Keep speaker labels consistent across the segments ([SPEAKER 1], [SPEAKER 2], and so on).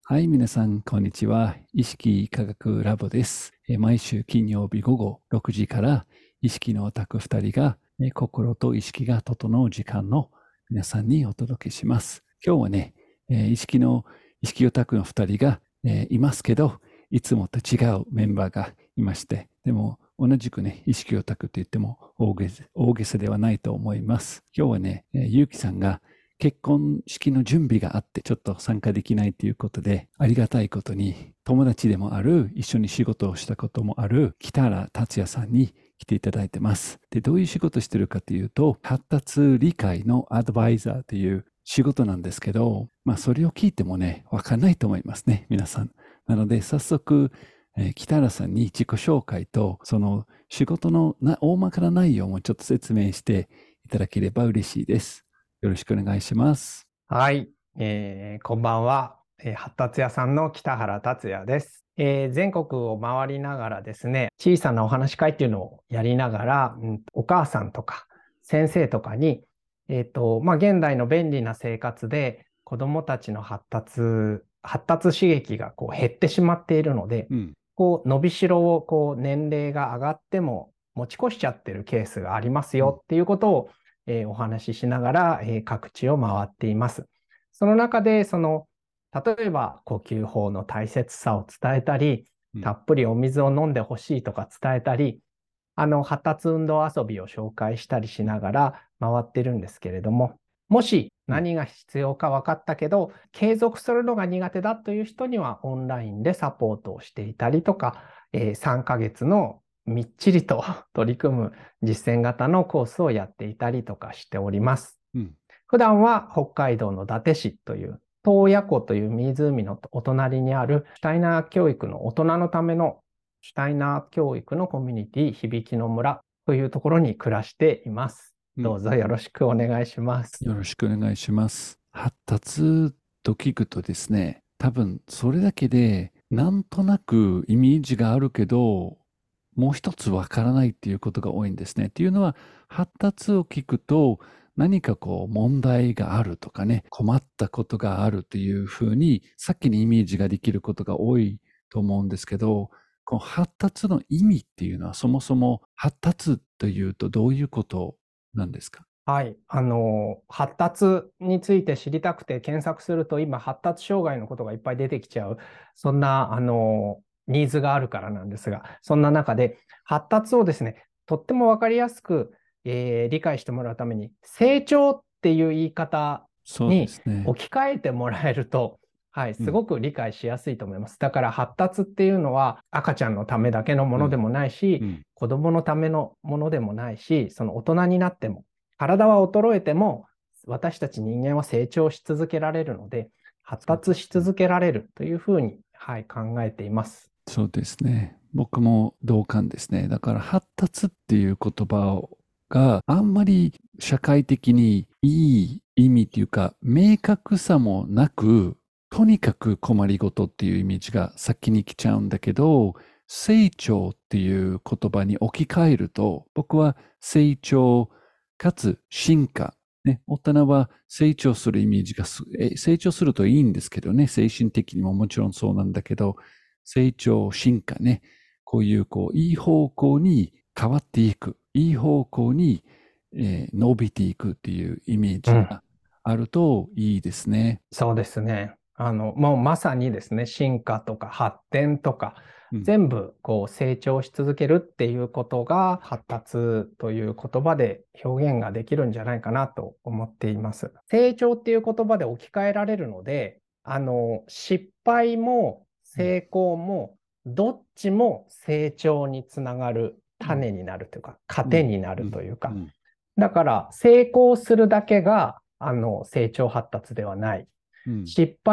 [SPEAKER 1] はい、皆さん、こんにちは。意識科学ラボです。毎週金曜日午後6時から意識のオタク2人が心と意識が整う時間の皆さんにお届けします。今日はね、意識オタクの2人がいますけど、いつもと違うメンバーがいまして、でも同じくね、意識オタクと言っても大げさではないと思います。今日はね、ゆうきさんが結婚式の準備があってちょっと参加できないということで、ありがたいことに友達でもある、一緒に仕事をしたこともある北原達也さんに来ていただいてます。で、どういう仕事してるかというと、発達理解のアドバイザーという仕事なんですけど、それを聞いてもね、わかんないと思いますね、皆さん。なので、早速、北原さんに自己紹介と、その仕事の大まかな内容もちょっと説明していただければ嬉しいです。よろしくお願いします。
[SPEAKER 2] はい、こんばんは、発達屋さんの北原達也です。全国を回りながらですね、小さなお話し会っていうのをやりながら、お母さんとか先生とかに、現代の便利な生活で子どもたちの発達刺激がこう減ってしまっているので、こう伸びしろをこう年齢が上がっても持ち越しちゃってるケースがありますよっていうことをお話ししながら、各地を回っています。その中で、例えば呼吸法の大切さを伝えたり、たっぷりお水を飲んでほしいとか伝えたり、発達運動遊びを紹介したりしながら回ってるんですけれども、もし何が必要か分かったけど、継続するのが苦手だという人にはオンラインでサポートをしていたりとか、3ヶ月のみっちりと取り組む実践型のコースをやっていたりとかしております。普段は北海道の伊達市という洞爺湖という湖のお隣にあるシュタイナー教育の大人のためのシュタイナー教育のコミュニティ響の村というところに暮らしています。どうぞよろしくお願いします。
[SPEAKER 1] よろしくお願いします。発達と聞くとですね、多分それだけでなんとなくイメージがあるけど、もう一つわからないっていうことが多いんですね。っていうのは、発達を聞くと何かこう問題があるとかね、困ったことがあるというふうに先にイメージができることが多いと思うんですけど、この発達の意味っていうのはそもそも発達というとどういうことなんですか？
[SPEAKER 2] はい。発達について知りたくて検索すると今発達障害のことがいっぱい出てきちゃう。そんな、ニーズがあるからなんですが、そんな中で発達をですね、とってもわかりやすく、理解してもらうために、成長っていう言い方
[SPEAKER 1] そうで
[SPEAKER 2] に
[SPEAKER 1] すね。
[SPEAKER 2] 置き換えてもらえると、はい、すごく理解しやすいと思います。だから発達っていうのは赤ちゃんのためだけのものでもないし、子供のためのものでもないし、その大人になっても、体は衰えても、私たち人間は成長し続けられるので、発達し続けられるというふうに、はい、考えています。
[SPEAKER 1] そうですね。僕も同感ですね。だから発達っていう言葉があんまり社会的にいい意味っていうか明確さもなく、とにかく困りごとっていうイメージが先に来ちゃうんだけど、成長っていう言葉に置き換えると、僕は成長かつ進化。ね、大人は成長するイメージが成長するといいんですけどね、精神的にももちろんそうなんだけど、成長、進化ね、こういういい方向に変わっていく、いい方向に、伸びていくっていうイメー
[SPEAKER 2] うん、
[SPEAKER 1] ジがあるといいですね。
[SPEAKER 2] そうですね。もうまさにですね、進化とか発展とか、
[SPEAKER 1] うん、
[SPEAKER 2] 全部こう成長し続けるっていうことが発達という言葉で表現ができるんじゃないかなと思っています。成長っていう言葉で置き換えられるので、失敗も
[SPEAKER 1] うん、
[SPEAKER 2] 成功もどっちも成長につながる
[SPEAKER 1] うん、
[SPEAKER 2] 種になるというか、糧
[SPEAKER 1] うん、
[SPEAKER 2] になると
[SPEAKER 1] うん、
[SPEAKER 2] いうか、
[SPEAKER 1] うん、
[SPEAKER 2] だから成功するだけが成長発達ではない。
[SPEAKER 1] うん、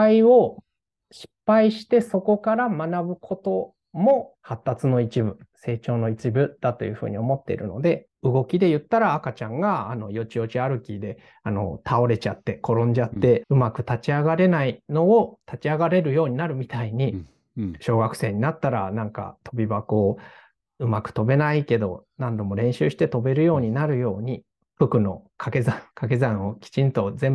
[SPEAKER 2] 失敗してそこから学ぶことも発達の一部、成長の一部だというふうに思っているので、動きで言ったら赤ちゃんがよちよち歩きで倒れちゃって転んじゃっ
[SPEAKER 1] うん、
[SPEAKER 2] てうまく立ち上がれないのを立ち上がれるようになるみたいに、
[SPEAKER 1] うん、うん、
[SPEAKER 2] 小学生になったらなんか飛び箱をうまく飛べないけど何度も練習して飛べるようになるように、服の掛け算をきちんと全部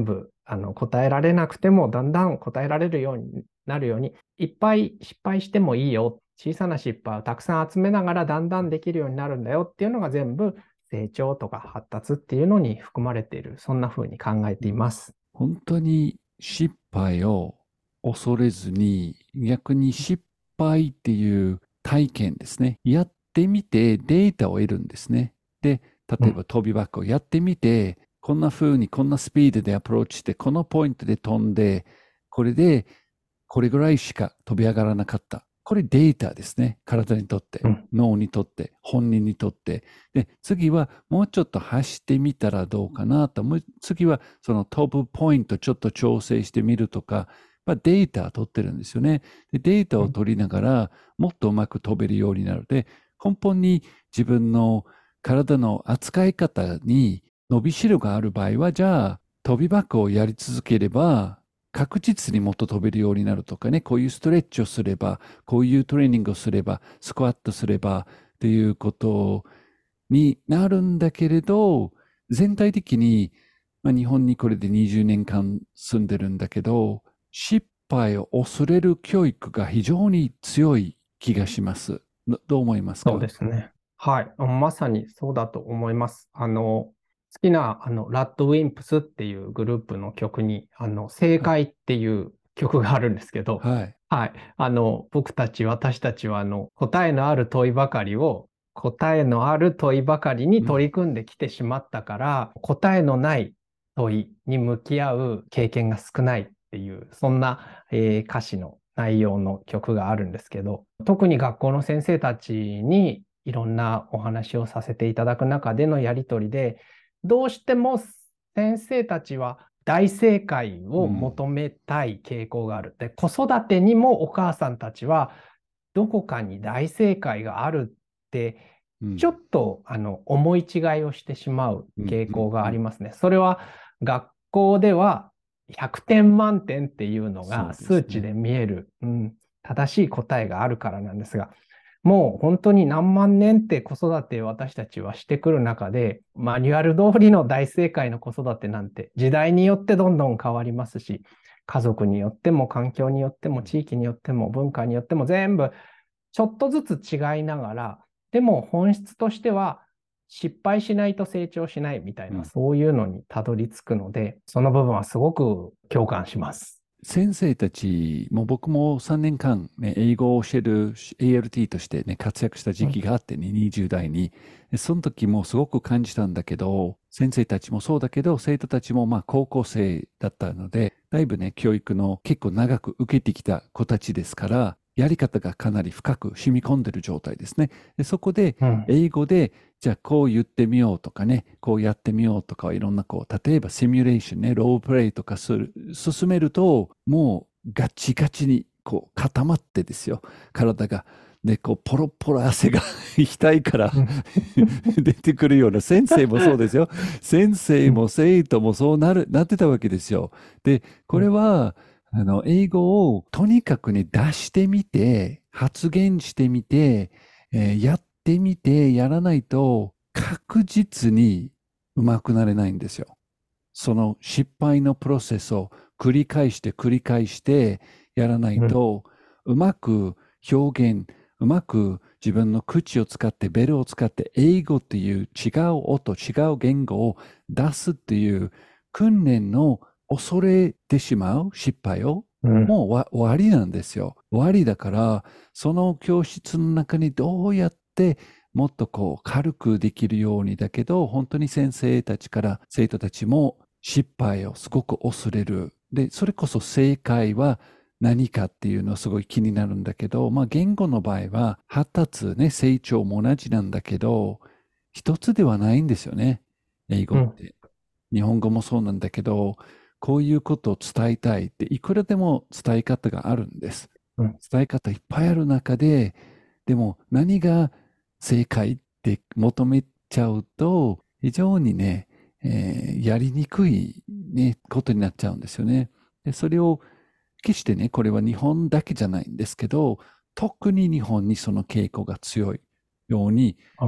[SPEAKER 2] 答えられなくてもだんだん答えられるようになるように、いっぱい失敗してもいいよ。小さな失敗をたくさん集めながらだんだんできるようになるんだよっていうのが全部成長とか発達っていうのに含まれている。そんな風に考えています。
[SPEAKER 1] 本当に失敗を恐れずに、逆に失敗っていう体験ですね。やってみてデータを得るんですね。で、例えば飛び箱をやってみて、こんな風にこんなスピードでアプローチして、このポイントで飛んで、これでこれぐらいしか飛び上がらなかった。これデータですね。体にとって、脳にとって、本人にとって。で、次はもうちょっと走ってみたらどうかなと。次はその飛ぶポイントちょっと調整してみるとか、データを取ってるんですよね。で、データを取りながらもっとうまく飛べるようになる。で、根本に自分の体の扱い方に伸びしろがある場合は、じゃあ飛び箱をやり続ければ、確実にもっと飛べるようになるとかね、こういうストレッチをすれば、こういうトレーニングをすれば、スクワットすればっていうことになるんだけれど、全体的に、日本にこれで20年間住んでるんだけど、失敗を恐れる教育が非常に強い気がします。どう思います
[SPEAKER 2] そう
[SPEAKER 1] か？
[SPEAKER 2] ですね。はい。まさにそうだと思います。好きな、ラッドウィンプスっていうグループの曲に、正
[SPEAKER 1] はい。
[SPEAKER 2] 解っていう曲があるんですけど、
[SPEAKER 1] はい。
[SPEAKER 2] はい。私たちは、答えのある問いばかりを、答えのある問いばかりに
[SPEAKER 1] うん。
[SPEAKER 2] 取り組んできてしまったから、答えのない問いに向き合う経験が少ないっていう、そんな、歌詞の内容の曲があるんですけど、特に学校の先生たちにいろんなお話をさせていただく中でのやりとりで、どうしても先生たちは大正解を
[SPEAKER 1] うん。
[SPEAKER 2] 求めたい傾向がある。で、子育てにもお母さんたちはどこかに大正解があるって
[SPEAKER 1] うん。
[SPEAKER 2] ちょっと思い違いをしてしまう
[SPEAKER 1] うん。うん。
[SPEAKER 2] 傾向が
[SPEAKER 1] うん。
[SPEAKER 2] ありますね。それは学校では100点満点っていうの
[SPEAKER 1] そ
[SPEAKER 2] が
[SPEAKER 1] うですね。
[SPEAKER 2] 数値で見える、正しい答えがあるからなんですが、もう本当に何万年って子育てを私たちはしてくる中で、マニュアル通りの大正解の子育てなんて時代によってどんどん変わりますし、家族によっても環境によっても地域によっても文化によっても全部ちょっとずつ違いながら、でも本質としては失敗しないと成長しないみたいな、
[SPEAKER 1] うん。
[SPEAKER 2] そういうのにたどり着くので、その部分はすごく共感します。
[SPEAKER 1] 先生たちも僕も3年間、ね、英語を教える ALT として、ね、活躍した時期があってね、20代に。その時もすごく感じたんだけど、先生たちもそうだけど、生徒たちも高校生だったので、だいぶね、教育の結構長く受けてきた子たちですから、やり方がかなり深く染み込んでる状態ですね。でそこで、
[SPEAKER 2] うん。
[SPEAKER 1] 英語でじゃあこう言ってみようとかね、こうやってみようとかいろんな例えばシミュレーションね、ロープレイとか進めると、もうガチガチに固まってですよ、体が。で、ポロポロ汗が額から
[SPEAKER 2] うん。
[SPEAKER 1] 出てくるような、先生もそうですよ。先生も生徒もそうなってたわけですよ。で、これは、英語をとにかくね、出してみて、発言してみて、やってみて、やらないと確実にうまくなれないんですよ。その失敗のプロセスを繰り返してやらない
[SPEAKER 2] うん。
[SPEAKER 1] と、うまく表現、うまく自分の口を使って、ベルを使って英語っていう違う音、違う言語を出すっていう訓練の恐れてしまう失敗を
[SPEAKER 2] うん。
[SPEAKER 1] もう終わりなんですよ。終わりだから、その教室の中にどうやってもっと軽くできるようにだけど、本当に先生たちから生徒たちも失敗をすごく恐れる。で、それこそ正解は何かっていうのはすごい気になるんだけど、言語の場合は発達ね、成長も同じなんだけど、一つではないんですよね。英語
[SPEAKER 2] うん。
[SPEAKER 1] って。日本語もそうなんだけど、こういうことを伝えたいっていくらでも伝え方があるんです。
[SPEAKER 2] うん。
[SPEAKER 1] 伝え方いっぱいある中で、でも何が正解って求めちゃうと、非常にね、やりにくい、ね、ことになっちゃうんですよね。で、それを決してね、これは日本だけじゃないんですけど、特に日本にその傾向が強いように、
[SPEAKER 2] うん。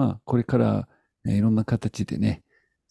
[SPEAKER 1] 感じるんですよね。で、これから、いろんな形でね、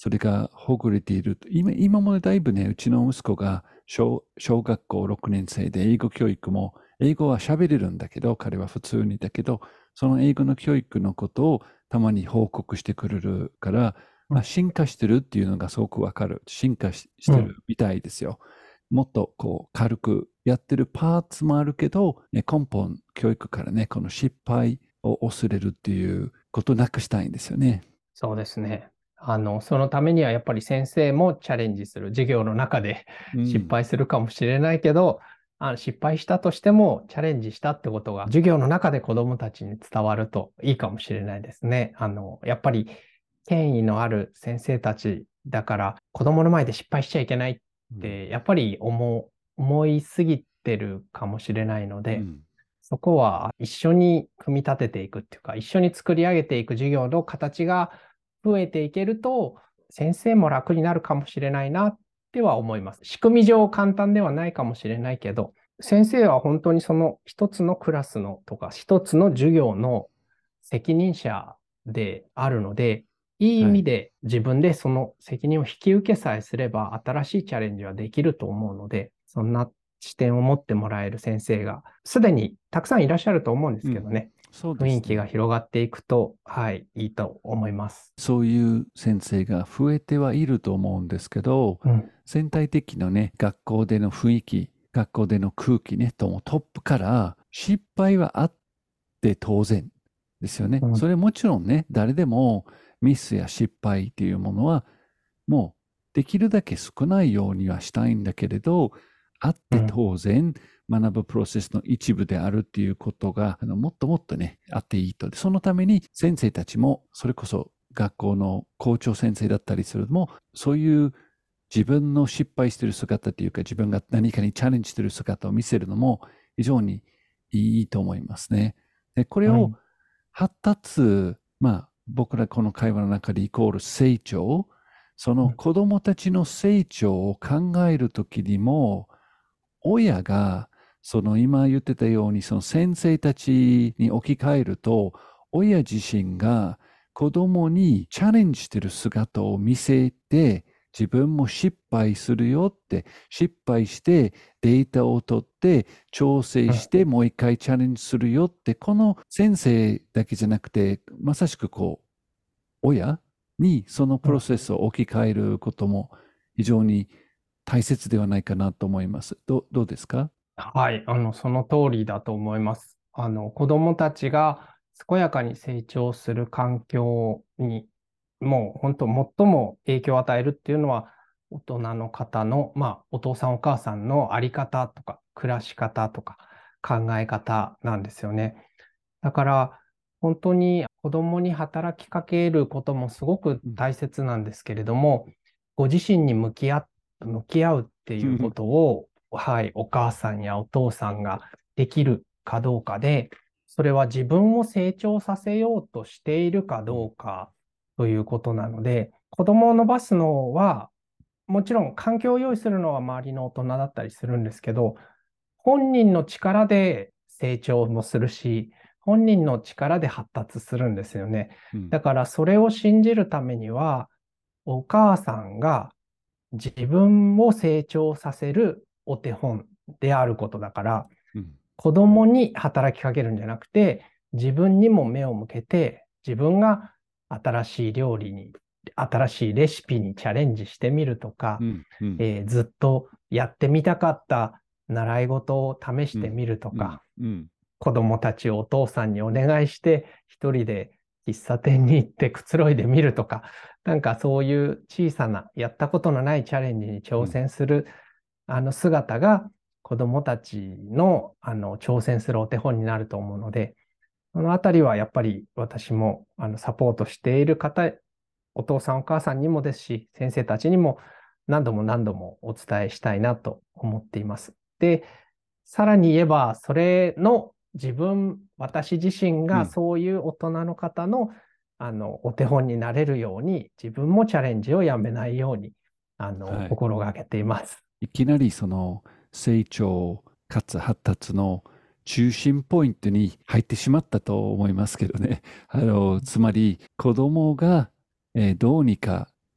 [SPEAKER 1] それがほぐれている。今もだいぶね、うちの息子が小学校6年生で英語教育も、英語は喋れるんだけど、彼は普通にだけど、その英語の教育のことをたまに報告してくれるから、進化してるっていうのがすごくわかる。進化してるみたいですよ。もっとこう軽くやってるパーツもあるけど、ね、根本教育からね、この失敗を恐れるっていうことをなくしたいんですよね。
[SPEAKER 2] そうですね。そのためにはやっぱり先生もチャレンジする。授業の中で失
[SPEAKER 1] うん。
[SPEAKER 2] 敗するかもしれないけど、失敗したとしてもチャレンジしたってことが授業の中で子どもたちに伝わるといいかもしれないですね。やっぱり権威のある先生たちだから子どもの前で失敗しちゃいけないっ
[SPEAKER 1] うん。
[SPEAKER 2] てやっぱり思いすぎてるかもしれないので、
[SPEAKER 1] うん。
[SPEAKER 2] そこは一緒に組み立てていくっていうか、一緒に作り上げていく授業の形が増えていけると、先生も楽になるかもしれないなっては思います。仕組み上簡単ではないかもしれないけど、先生は本当にその一つのクラスのとか、一つの授業の責任者であるので、いい意
[SPEAKER 1] はい。
[SPEAKER 2] 味で自分でその責任を引き受けさえすれば、新しいチャレンジはできると思うので、そんな視点を持ってもらえる先生が、すでにたくさんいらっしゃると思うんで
[SPEAKER 1] うん。
[SPEAKER 2] すけどね。
[SPEAKER 1] そうで
[SPEAKER 2] 雰囲
[SPEAKER 1] すね。
[SPEAKER 2] 気が広がっていくと、はい、いいと思います。
[SPEAKER 1] そういう先生が増えてはいると思うんですけど、
[SPEAKER 2] うん。
[SPEAKER 1] 全体的なね、学校での雰囲気、学校での空気ね、ともトップから失敗はあって当然ですよね。
[SPEAKER 2] うん。
[SPEAKER 1] それもちろんね、誰でもミスや失敗っていうものはもうできるだけ少ないようにはしたいんだけれど、あって
[SPEAKER 2] うん。
[SPEAKER 1] 当然学ぶプロセスの一部であるっていうことが、もっともっとね、あっていいと。そのために先生たちも、それこそ学校の校長先生だったりするのも、そういう自分の失敗している姿というか、自分が何かにチャレンジしている姿を見せるのも非常にいいと思いますね。で、これを
[SPEAKER 2] はい。
[SPEAKER 1] 発達、僕らこの会話の中でイコール成長、その
[SPEAKER 2] うん。
[SPEAKER 1] 子供たちの成長を考えるときにも、親が、その今言ってたように、その先生たちに置き換えると、親自身が子供にチャレンジしてる姿を見せて、自分も失敗するよって、失敗してデータを取って調整
[SPEAKER 2] うん。
[SPEAKER 1] してもう一回チャレンジするよって、この先生だけじゃなくて、まさしくこう、親にそのプロ
[SPEAKER 2] うん。
[SPEAKER 1] セスを置き換えることも非常に大切ではないかなと思います。どうですか？
[SPEAKER 2] はい。その通りだと思います。子供たちが健やかに成長する環境に、もう本当最も影響を与えるっていうのは、大人の方の、お父さんお母さんのあり方とか、暮らし方とか、考え方なんですよね。だから、本当に子供に働きかけることもすごく
[SPEAKER 1] うん。
[SPEAKER 2] 大切なんですけれども、ご自身に向き合うっていうことを、はい、お母さんやお父さんができるかどうかで、それは自分を成長させようとしているか
[SPEAKER 1] うん。
[SPEAKER 2] どうかということなので、子供を伸ばすのは、もちろん環境を用意するのは周りの大人だったりするんですけど、本人の力で成長もするし、本人の力で発達するんですよね。
[SPEAKER 1] うん。
[SPEAKER 2] だからそれを信じるためには、お母さんが自分を成長させるお手本であることだから、
[SPEAKER 1] うん。
[SPEAKER 2] 子供に働きかけるんじゃなくて、自分にも目を向けて、自分が新しい料理に、新しいレシピにチャレンジしてみるとか、
[SPEAKER 1] うん。うん。
[SPEAKER 2] ずっとやってみたかった習い事を試し
[SPEAKER 1] うん。
[SPEAKER 2] てみると
[SPEAKER 1] うん。
[SPEAKER 2] か、
[SPEAKER 1] うん。
[SPEAKER 2] 子供たちをお父さんにお願いして、一人で喫茶店に行ってくつろいでみるとか、なんかそういう小さな、やったことのないチャレンジに挑
[SPEAKER 1] うん。
[SPEAKER 2] 戦する姿が子供たちの、挑戦するお手本になると思うので、そのあたりはやっぱり私もサポートしている方、お父さんお母さんにもですし、先生たちにも何度も何度もお伝えしたいなと思っています。で、さらに言えば、それの私自身が
[SPEAKER 1] うん。
[SPEAKER 2] そういう大人の方の、お手本になれるように、自分もチャレンジをやめないように、
[SPEAKER 1] はい。
[SPEAKER 2] 心がけています。
[SPEAKER 1] いきなりその成長かつ発達の中心ポイントに入ってしまったと思いますけどね。つまり子供が、どうにか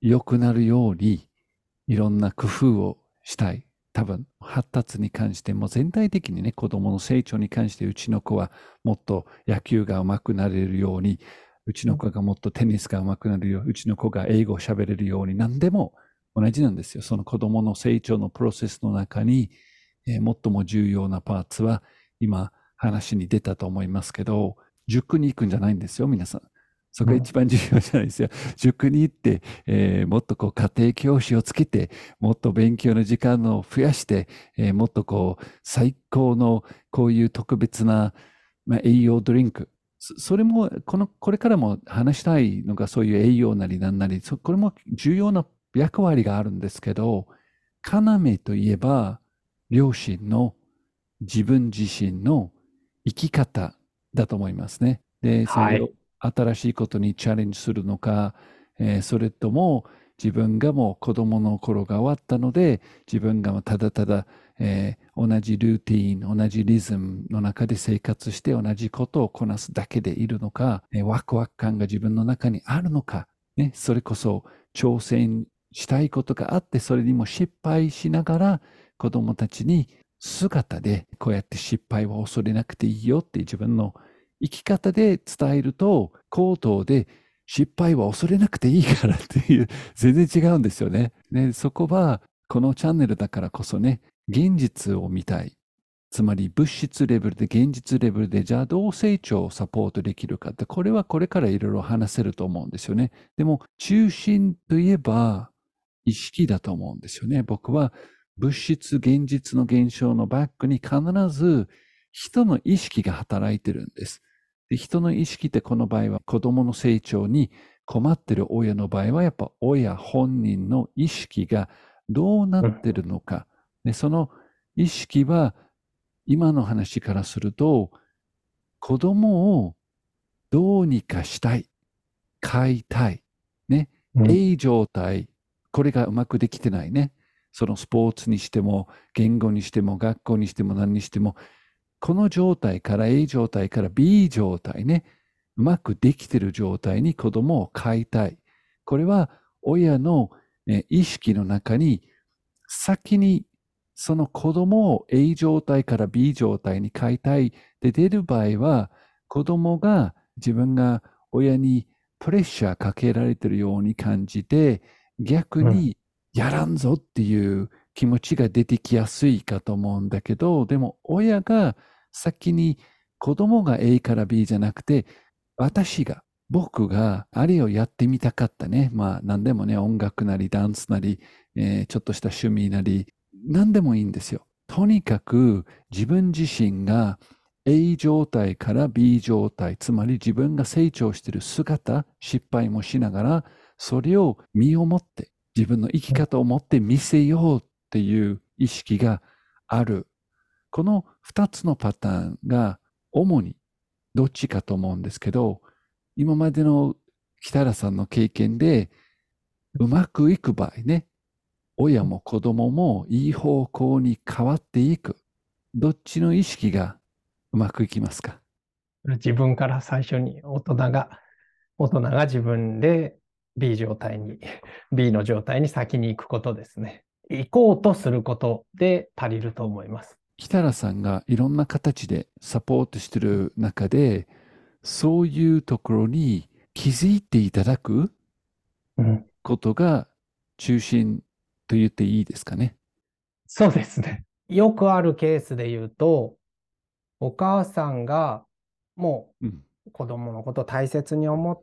[SPEAKER 1] 良くなるようにいろんな工夫をしたい。多分、発達に関しても全体的にね、子供の成長に関してうちの子はもっと野球が上手くなれるように、うちの子がもっとテニスが上手くなるように、うちの子が英語を喋れるように、何でも同じなんですよ。その子供の成長のプロセスの中に、最も重要なパーツは、今話に出たと思いますけど、塾に行くんじゃないんですよ、皆さん。そこが一番重要じゃないですよ。塾に行って、もっと家庭教師をつけて、もっと勉強の時間を増やして、もっと最高のこういう特別な、栄養ドリンク。それも、これからも話したいのがそういう栄養なりなんなり、これも重要な役割があるんですけど、要といえば、両親の自分自身の生き方だと思いますね。で、そういう
[SPEAKER 2] はい。
[SPEAKER 1] 新しいことにチャレンジするのか、それとも自分がもう子供の頃が終わったので、自分がただただ、同じルーティーン、同じリズムの中で生活して同じことをこなすだけでいるのか、ワクワク感が自分の中にあるのか、ね、それこそ挑戦したいことがあって、それにも失敗しながら子供たちに姿でこうやって失敗を恐れなくていいよって自分の生き方で伝えると、口頭で失敗は恐れなくていいからっていう、全然違うんですよね。で、そこはこのチャンネルだからこそね、現実を見たい。つまり物質レベルで現実レベルでじゃあどう成長をサポートできるかって、これはこれからいろいろ話せると思うんですよね。でも中心といえば意識だと思うんですよね。僕は物質現実の現象のバックに必ず人の意識が働いてるんです。で、人の意識ってこの場合は子供の成長に困ってる親の場合はやっぱ親本人の意識がどうなってるのか。で、その意識は今の話からすると子供をどうにかしたい、飼いたい、ね、
[SPEAKER 2] うん。
[SPEAKER 1] 状態、これがうまくできてないね。そのスポーツにしても、言語にしても、学校にしても何にしても、この状態から A 状態から B 状態ね、うまくできている状態に子供を飼いたい。これは親の意識の中に先にその子供を A 状態から B 状態に変えたいで出る場合は、子供が自分が親にプレッシャーかけられているように感じて、逆
[SPEAKER 2] うん。
[SPEAKER 1] にやらんぞっていう気持ちが出てきやすいかと思うんだけど、でも親が先に子供が A から B じゃなくて、僕があれをやってみたかったね。まあ何でもね、音楽なりダンスなり、ちょっとした趣味なり、何でもいいんですよ。とにかく自分自身が A 状態から B 状態、つまり自分が成長している姿、失敗もしながら、それを身をもって、自分の生き方を持って見せようっていう意識がある。この2つのパターンが主にどっちかと思うんですけど、今までの北原さんの経験でうまくいく場合ね、親も子供もいい方向に変わっていく。どっちの意識がうまくいきますか？
[SPEAKER 2] 自分から最初に大人が自分で B 状態に、B の状態に先に行くことですね。行こうとすることで足りると思います。
[SPEAKER 1] 北原さんがいろんな形でサポートしている中で、そういうところに気づいていただく
[SPEAKER 2] うん、
[SPEAKER 1] ことが中心と言っていいですかね。
[SPEAKER 2] そうですね。よくあるケースで言うと、お母さんがも
[SPEAKER 1] うん、
[SPEAKER 2] う子供のことを大切に思って、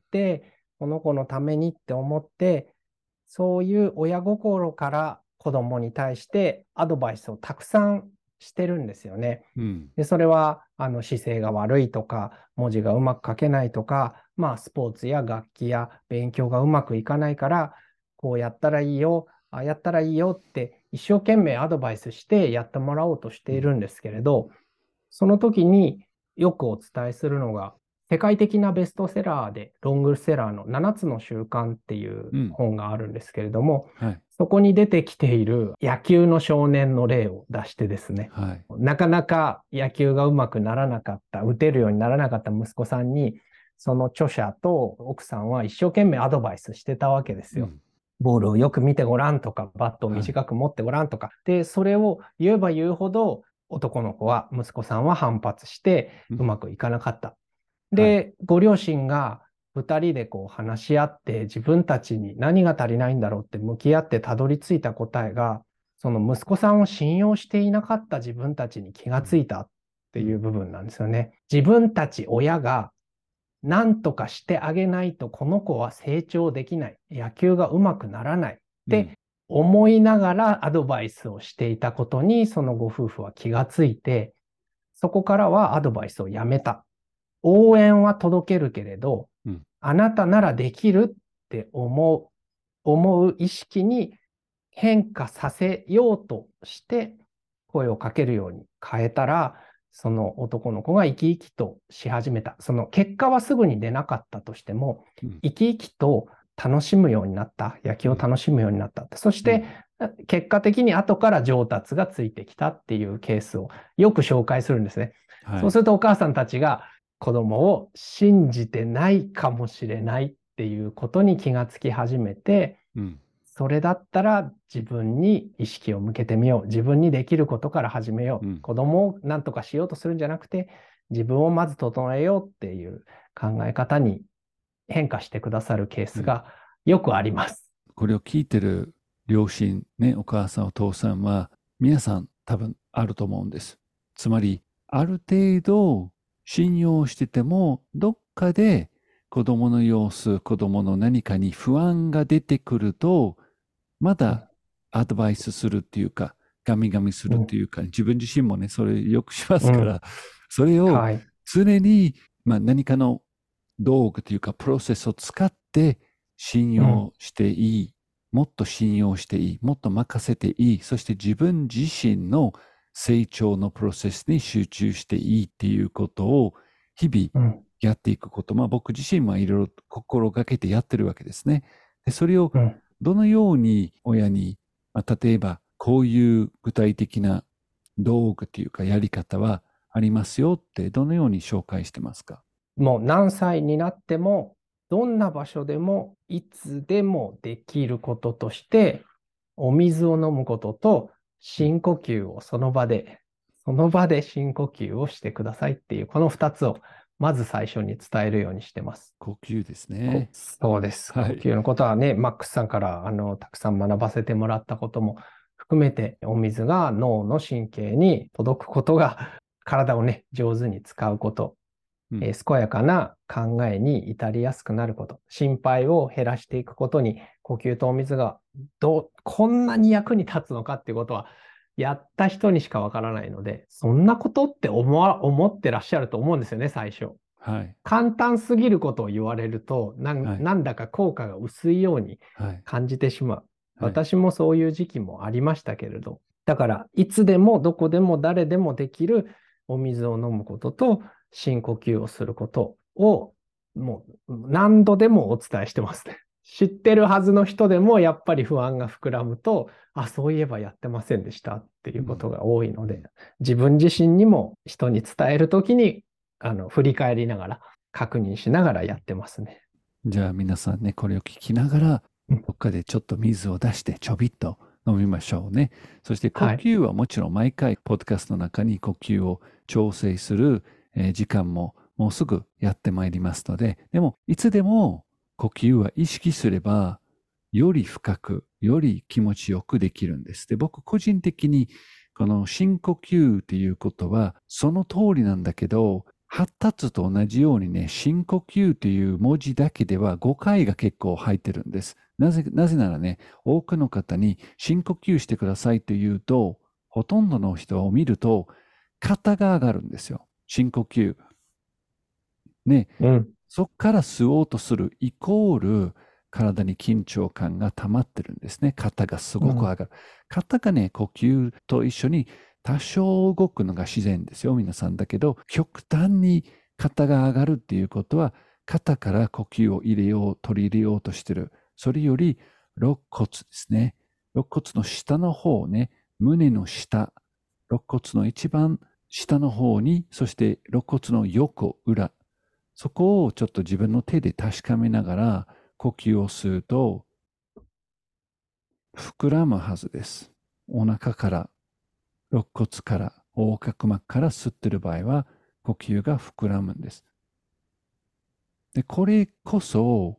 [SPEAKER 2] この子のためにって思って、そういう親心から子供に対してアドバイスをたくさんしてるんですよね。
[SPEAKER 1] うん、
[SPEAKER 2] で、それは姿勢が悪いとか、文字がうまく書けないとか、まあ、スポーツや楽器や勉強がうまくいかないから、こうやったらいいよ、ああやったらいいよって一生懸命アドバイスしてやってもらおうとして
[SPEAKER 1] うん、
[SPEAKER 2] いるんですけれど、その時によくお伝えするのが、世界的なベストセラーでロングセラーの7つの習慣っていう
[SPEAKER 1] うん、
[SPEAKER 2] 本があるんですけれども、
[SPEAKER 1] はい、
[SPEAKER 2] そこに出てきている野球の少年の例を出してですね、
[SPEAKER 1] はい、
[SPEAKER 2] なかなか野球がうまくならなかった、打てるようにならなかった息子さんに、その著者と奥さんは一生懸命アドバイスしてたわけですよ。
[SPEAKER 1] うん、
[SPEAKER 2] ボールをよく見てごらんとか、バットを
[SPEAKER 1] はい。
[SPEAKER 2] 短く持ってごらんとか。で、それを言えば言うほど、男の子は、息子さんは反発して、
[SPEAKER 1] うん。
[SPEAKER 2] うまくいかなかった。
[SPEAKER 1] はい。
[SPEAKER 2] で、ご両親が2人でこう話し合って、自分たちに何が足りないんだろうって向き合ってたどり着いた答えが、その息子さんを信用していなかった自分たちに気が
[SPEAKER 1] うん。
[SPEAKER 2] ついたって
[SPEAKER 1] うん。
[SPEAKER 2] いう部分なんですよね。自分たち親が何とかしてあげないとこの子は成長できない。野球が上手くならない。っ
[SPEAKER 1] うん。
[SPEAKER 2] て思いながらアドバイスをしていたことに、そのご夫婦は気がついて、そこからはアドバイスをやめた。応援は届けるけれど、
[SPEAKER 1] うん。
[SPEAKER 2] あなたならできるって思う意識に変化させようとして声をかけるように変えたら、その男の子が生き生きとし始めた。その結果はすぐに出なかったとしても、
[SPEAKER 1] うん。
[SPEAKER 2] 生き生きと楽しむようになった。野球を
[SPEAKER 1] うん。
[SPEAKER 2] 楽しむようになった。そし
[SPEAKER 1] うん。
[SPEAKER 2] て、結果的に後から上達がついてきたっていうケースをよく紹介するんですね。
[SPEAKER 1] はい。
[SPEAKER 2] そうするとお母さんたちが子供を信じてないかもしれないっていうことに気がつき始めて、
[SPEAKER 1] うん。
[SPEAKER 2] それだったら自分に意識を向けてみよう。自分にできることから始めよう。
[SPEAKER 1] うん。
[SPEAKER 2] 子供を何とかしようとするんじゃなくて、自分をまず整えようっていう考え方に変化してくださるケー
[SPEAKER 1] うん。
[SPEAKER 2] スがよくあります。
[SPEAKER 1] これを聞いてる両親、ね、お母さんお父さんは、皆さん多分あると思うんです。つまり、ある程度信用してても、どっかで子供の様子、子供の何かに不安が出てくると、まだアドバイスするっていうか、ガミガミす
[SPEAKER 2] うん、
[SPEAKER 1] るっていうか、自分自身もね、それよくしま
[SPEAKER 2] うん、
[SPEAKER 1] すから、それを
[SPEAKER 2] はい、
[SPEAKER 1] 常に、何かの道具というか、プロセスを使って信
[SPEAKER 2] うん、
[SPEAKER 1] 用していい。もっと信用していい。もっと任せていい。そして自分自身の成長のプロセスに集中していいっていうことを日々
[SPEAKER 2] うん、
[SPEAKER 1] やっていくこと。僕自身はいろいろ心がけてやってるわけですね。で、それを
[SPEAKER 2] うん。
[SPEAKER 1] どのように親に、例えばこういう具体的な道具というかやり方はありますよってどのように紹介してますか？
[SPEAKER 2] もう何歳になっても、どんな場所でも、いつでもできることとして、お水を飲むことと
[SPEAKER 1] うん。
[SPEAKER 2] 深呼吸をその場で深呼吸をしてくださいっていう、この2つをまず最初に伝えるようにしてます。
[SPEAKER 1] 呼吸ですね。
[SPEAKER 2] そうです。
[SPEAKER 1] はい。
[SPEAKER 2] 呼吸のことはね、マックスさんからたくさん学ばせてもらったことも含めて、お水が脳の神経に届くことが、体をね、上手に使うこと、
[SPEAKER 1] うん。
[SPEAKER 2] 健やかな考えに至りやすくなること、心配を減らしていくことに、呼吸とお水がこんなに役に立つのかっていうことは、やった人にしかわからないので、そんなことって思ってらっしゃると思うんですよね、最初。
[SPEAKER 1] はい。
[SPEAKER 2] 簡単すぎることを言われると、
[SPEAKER 1] はい。
[SPEAKER 2] なんだか効果が薄いように
[SPEAKER 1] はい。
[SPEAKER 2] 感じてしまう。
[SPEAKER 1] はい。
[SPEAKER 2] 私もそういう時期もありましたけれど、だから、いつでもどこでも誰でもできるお水を飲むことと深呼吸をすることを、もう何度でもお伝えしてますね。知ってるはずの人でもやっぱり不安が膨らむと、あ、そういえばやってませんでしたってい
[SPEAKER 1] うん。
[SPEAKER 2] うことが多いので、
[SPEAKER 1] うん。
[SPEAKER 2] 自分自身にも人に伝えるときに振り返りながら、確認しながらやってますね。
[SPEAKER 1] じゃあ皆さんね、これを聞きながら、
[SPEAKER 2] うん、
[SPEAKER 1] どっかでちょっと水を出してちょびっと飲みましょうね。そして呼
[SPEAKER 2] はい。
[SPEAKER 1] 吸はもちろん毎回、ポッドキャストの中に呼吸を調整する、時間ももうすぐやってまいりますので、でもいつでも呼吸は意識すれば、より深く、より気持ちよくできるんです。で、僕個人的にこの深呼吸っていうことはその通りなんだけど、発達と同じようにね、深呼吸という文字だけでは誤解が結構入ってるんです。なぜならね、多くの方に深呼吸してくださいと言うと、ほとんどの人を見ると、肩が上がるんですよ。深呼吸。ね、
[SPEAKER 2] うん。
[SPEAKER 1] そこから吸おうとするイコール、体に緊張感が溜まってるんですね。肩がす
[SPEAKER 2] うん。
[SPEAKER 1] ごく上がる。肩がね、呼吸と一緒に多少動くのが自然ですよ、皆さん。だけど、極端に肩が上がるっていうことは、肩から呼吸を取り入れようとしてる。それより、肋骨ですね。肋骨の下の方ね、胸の下、肋骨の一番下の方に、そして肋骨の横、裏、そこをちょっと自分の手で確かめながら呼吸をすると、 膨らむはずです。お腹から、肋骨から、横隔膜から吸ってる場合は、呼吸が膨らむんです。で、これこそ、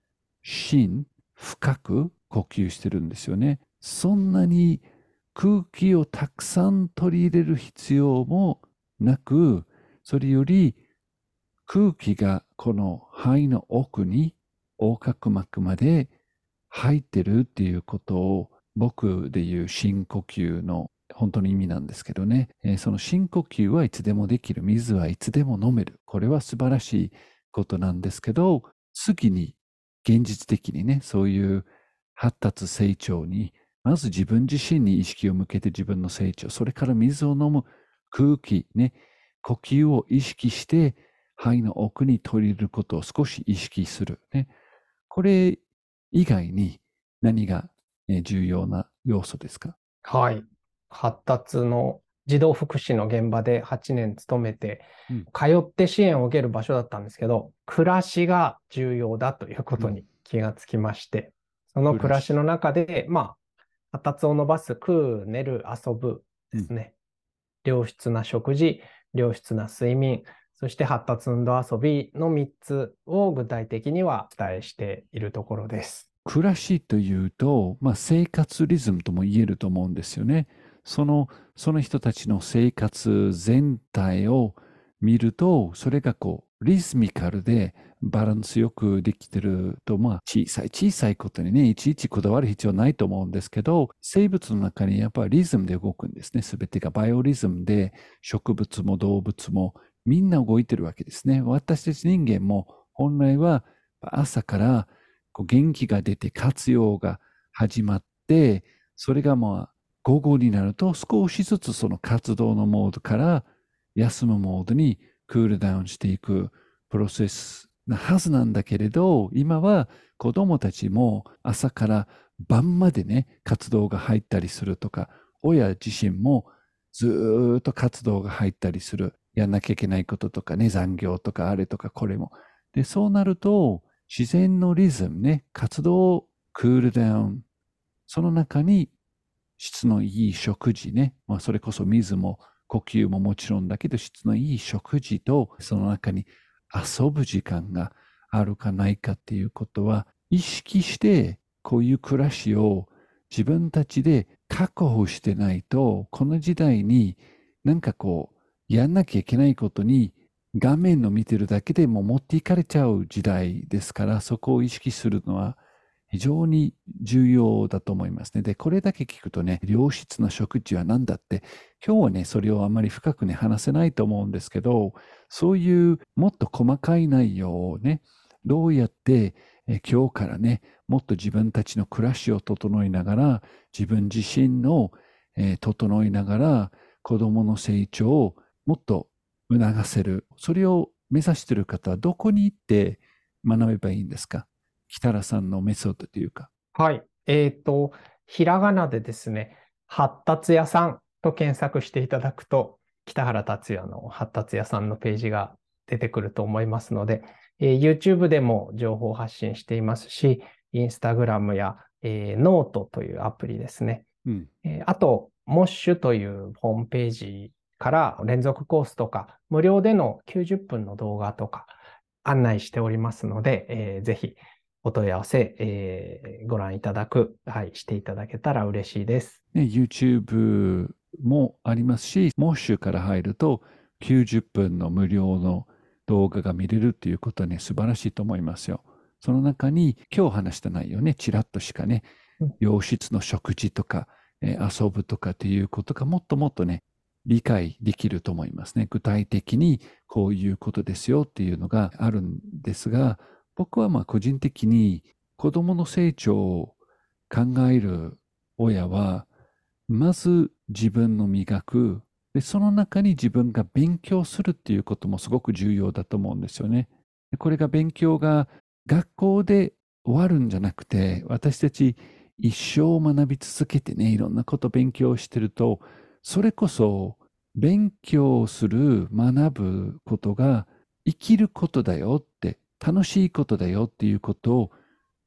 [SPEAKER 1] 深く呼吸してるんですよね。そんなに空気をたくさん取り入れる必要もなく、それより空気がこの肺の奥に横隔膜まで入ってるっていうことを僕で言う深呼吸の本当に意味なんですけどね、その深呼吸はいつでもできる。水はいつでも飲める。これは素晴らしいことなんですけど、次に現実的にね、そういう発達成長に、まず自分自身に意識を向けて自分の成長、それから水を飲む空気ね、呼吸を意識して肺の奥に取り入れることを少し意識する。ね、これ以外に何が重要な要素ですか？
[SPEAKER 2] はい。発達の児童福祉の現場で8年勤めて、
[SPEAKER 1] うん、
[SPEAKER 2] 通って支援を受ける場所だったんですけど、暮らしが重要だということ
[SPEAKER 1] うん、
[SPEAKER 2] に気がつきまして、その暮らしの
[SPEAKER 1] 暮らし。
[SPEAKER 2] 中で、発達を伸ばす、食う、寝る、遊ぶ
[SPEAKER 1] うん、
[SPEAKER 2] ですね。良質な食事、良質な睡眠、そして発達運動遊びの3つを具体的にはお伝えしているところです。
[SPEAKER 1] 暮らしというと、生活リズムとも言えると思うんですよね。その、その人たちの生活全体を見ると、それがこう、リズミカルでバランスよくできてると、小さいことにね、いちいちこだわる必要ないと思うんですけど、生物の中にやっぱりリズムで動くんですね。すべてがバイオリズムで、植物も動物もみんな動いてるわけですね。私たち人間も本来は朝からこう元気が出て活用が始まって、それが午後になると少しずつその活動のモードから休むモードにクールダウンしていくプロセスなはずなんだけれど、今は子供たちも朝から晩までね、活動が入ったりするとか、親自身もずーっと活動が入ったりする。やんなきゃいけないこととかね、残業とかあれとかこれも。で、そうなると、自然のリズムね、活動、クールダウン、その中に質のいい食事ね、それこそ水も呼吸ももちろんだけど、質のいい食事と、その中に遊ぶ時間があるかないかっていうことは、意識してこういう暮らしを自分たちで確保してないと、この時代になんかこう、やんなきゃいけないことに画面の見てるだけでも持っていかれちゃう時代ですから、そこを意識するのは非常に重要だと思いますね。で、これだけ聞くとね、良質な食事は何だって、今日はね、それをあまり深くね、話せないと思うんですけど、そういうもっと細かい内容をね、どうやって今日からね、もっと自分たちの暮らしを整えながら、自分自身の、整えながら、子供の成長をもっと促せる。それを目指している方はどこに行って学べばいいんですか？北原さんのメソッドというか。
[SPEAKER 2] はい。ひらがなでですね、発達屋さんと検索していただくと、北原達也の発達屋さんのページが出てくると思いますので、YouTube でも情報発信していますし、Instagram や、ノートというアプリですね。
[SPEAKER 1] うん。
[SPEAKER 2] あと、モッシュというホームページから連続コースとか、無料での90分の動画とか案内しておりますので、ぜひお問い合わせ、ご覧いただく、はい、していただけたら嬉しいです。
[SPEAKER 1] ね、YouTube もありますし、モッシュから入ると90分の無料の動画が見れるっていうことはね、素晴らしいと思いますよ。その中に今日話した内容ね、ちらっとしかね、
[SPEAKER 2] うん。
[SPEAKER 1] 良質の食事とか、遊ぶとかっていうことがもっともっとね、理解できると思いますね。具体的にこういうことですよっていうのがあるんですが、僕は個人的に子供の成長を考える親は、まず自分の磨く、で、その中に自分が勉強するっていうこともすごく重要だと思うんですよね。でこれが勉強が学校で終わるんじゃなくて、私たち一生学び続けてね、いろんなこと勉強してると、それこそ勉強する、学ぶことが生きることだよって、楽しいことだよっていうことを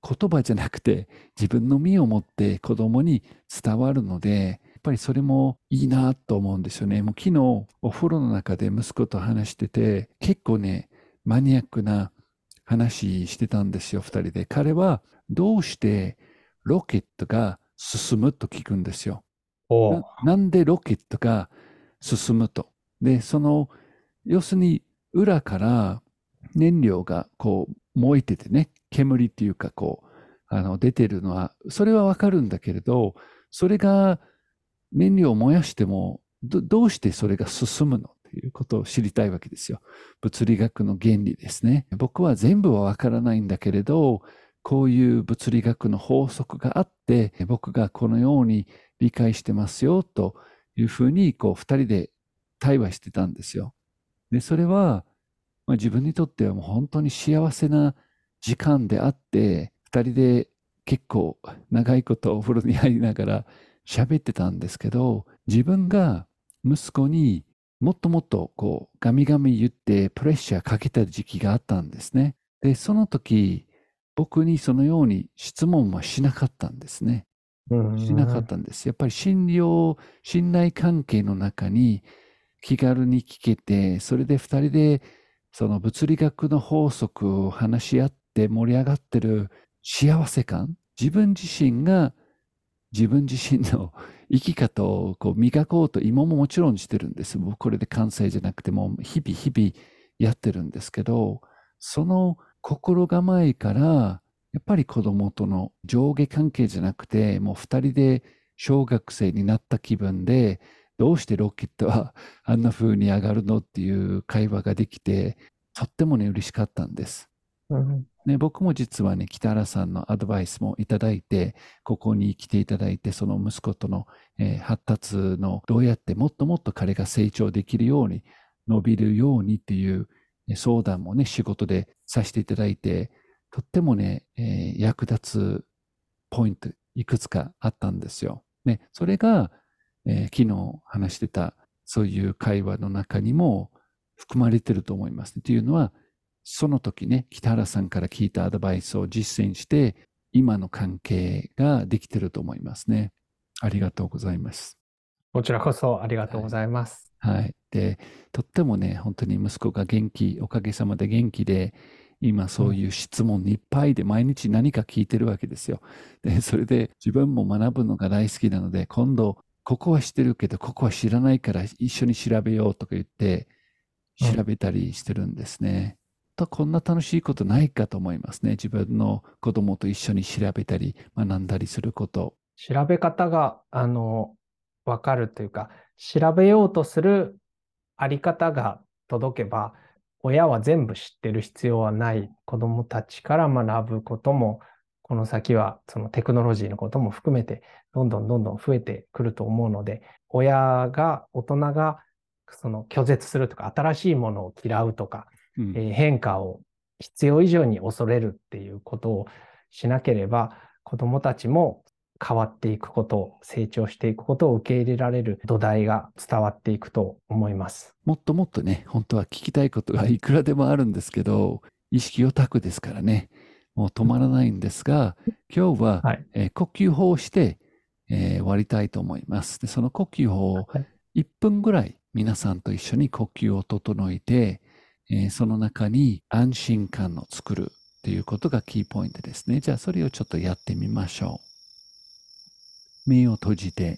[SPEAKER 1] 言葉じゃなくて自分の身をもって子供に伝わるので、やっぱりそれもいいなと思うんですよね。もう昨日お風呂の中で息子と話してて、結構ね、マニアックな話してたんですよ、二人で。彼はどうしてロケットが進むと聞くんですよ。
[SPEAKER 2] おう。
[SPEAKER 1] なんでロケットが進むと。で、要するに裏から燃料がこう燃えててね、煙っていうかこう、出てるのは、それはわかるんだけれど、それが燃料を燃やしても、どうしてそれが進むのということを知りたいわけですよ。物理学の原理ですね。僕は全部はわからないんだけれど、こういう物理学の法則があって、僕がこのように理解してますよというふうに、こう、二人で対話してたんですよ。で、それは、自分にとってはもう本当に幸せな時間であって、二人で結構長いことお風呂に入りながら喋ってたんですけど、自分が息子にもっともっとこうガミガミ言ってプレッシャーかけた時期があったんですね。で、その時、僕にそのように質問はしなかったんですね。
[SPEAKER 2] う
[SPEAKER 1] しなかっ
[SPEAKER 2] ん。
[SPEAKER 1] たんです。やっぱり信頼関係の中に気軽に聞けて、それで二人でその物理学の法則を話し合って盛り上がってる幸せ感、自分自身が自分自身の生き方をこう磨こうと今ももちろんしてるんです。僕これで完成じゃなくても日々日々やってるんですけど、その心構えからやっぱり子供との上下関係じゃなくて、もう二人で小学生になった気分で、どうしてロケットはあんな風に上がるのっていう会話ができて、とってもね、嬉しかったんです。
[SPEAKER 2] うん。
[SPEAKER 1] ね、僕も実はね、北原さんのアドバイスもいただいて、ここに来ていただいて、その息子との、発達のどうやってもっともっと彼が成長できるように、伸びるようにっていう相談もね、仕事でさせていただいて、とってもね、役立つポイントいくつかあったんですよ。ね、それが、昨日話してたそういう会話の中にも含まれてると思います、ね。というのは、その時ね、北原さんから聞いたアドバイスを実践して、今の関係ができてると思いますね。ありがとうございます。
[SPEAKER 2] こちらこそありがとうご
[SPEAKER 1] はい。
[SPEAKER 2] ざいます。
[SPEAKER 1] はい。で、とってもね、本当に息子が元気、おかげさまで元気で、今
[SPEAKER 2] うん。
[SPEAKER 1] そういう質問いっぱいで毎日何か聞いてるわけですよ。で、それで自分も学ぶのが大好きなので、今度、ここは知ってるけど、ここは知らないから一緒に調べようとか言って、
[SPEAKER 2] うん。
[SPEAKER 1] 調べたりしてるんですね。こんな楽しいことないかと思いますね。自分の子供と一緒に調べたり、学んだりすること。
[SPEAKER 2] 調べ方が、わかるというか、調べようとするあり方が届けば、親は全部知ってる必要はない。子供たちから学ぶことも、この先はそのテクノロジーのことも含めて、どんどんどんどん増えてくると思うので、大人がその拒絶するとか、新しいものを嫌うとか、
[SPEAKER 1] うん。
[SPEAKER 2] 変化を必要以上に恐れるっていうことをしなければ、子供たちも変わっていくこと、成長していくことを受け入れられる土台が伝わっていくと思います。
[SPEAKER 1] もっともっとね、本当は聞きたいことがいくらでもあるんですけど、意識オタクですからね、もう止まらないんですが、今日は、
[SPEAKER 2] はい。
[SPEAKER 1] 呼吸法をして、終わりたいと思います。で、その呼吸法を
[SPEAKER 2] はい。
[SPEAKER 1] 1分ぐらい皆さんと一緒に呼吸を整えて、その中に安心感を作るということがキーポイントですね。じゃあそれをちょっとやってみましょう。目を閉じて、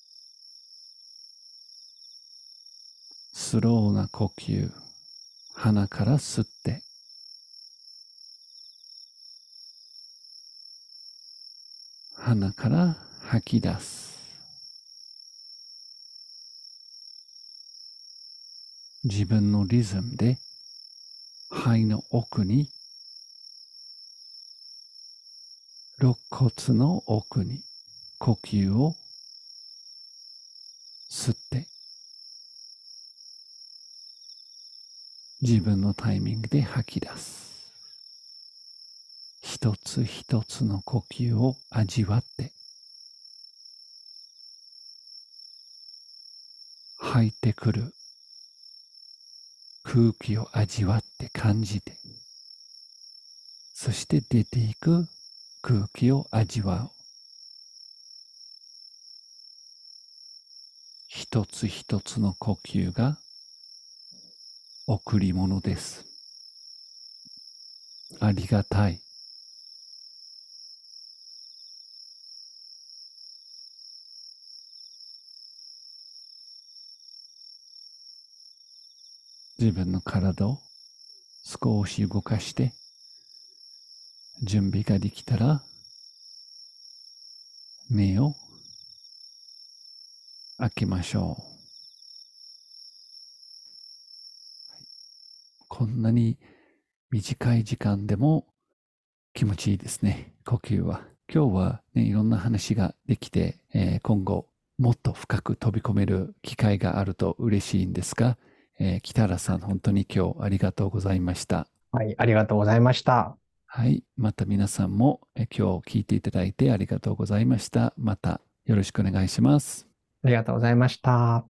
[SPEAKER 1] スローな呼吸、鼻から吸って、鼻から吐き出す。自分のリズムで肺の奥に、肋骨の奥に呼吸を吸って、自分のタイミングで吐き出す。一つ一つの呼吸を味わって、吐いてくる空気を味わって感じて、そして出ていく空気を味わう。一つ一つの呼吸が贈り物です。ありがたい。自分の体を少し動かして準備ができたら目を開けましょう。こんなに短い時間でも気持ちいいですね、呼吸は。今日は、ね、いろんな話ができて、今後もっと深く飛び込める機会があると嬉しいんですが、北原さん、本当に今日ありがとうございました。
[SPEAKER 2] はい、ありがとうございました。
[SPEAKER 1] はい、また皆さんも、今日聞いていただいてありがとうございました。またよろしくお願いします。
[SPEAKER 2] ありがとうございました。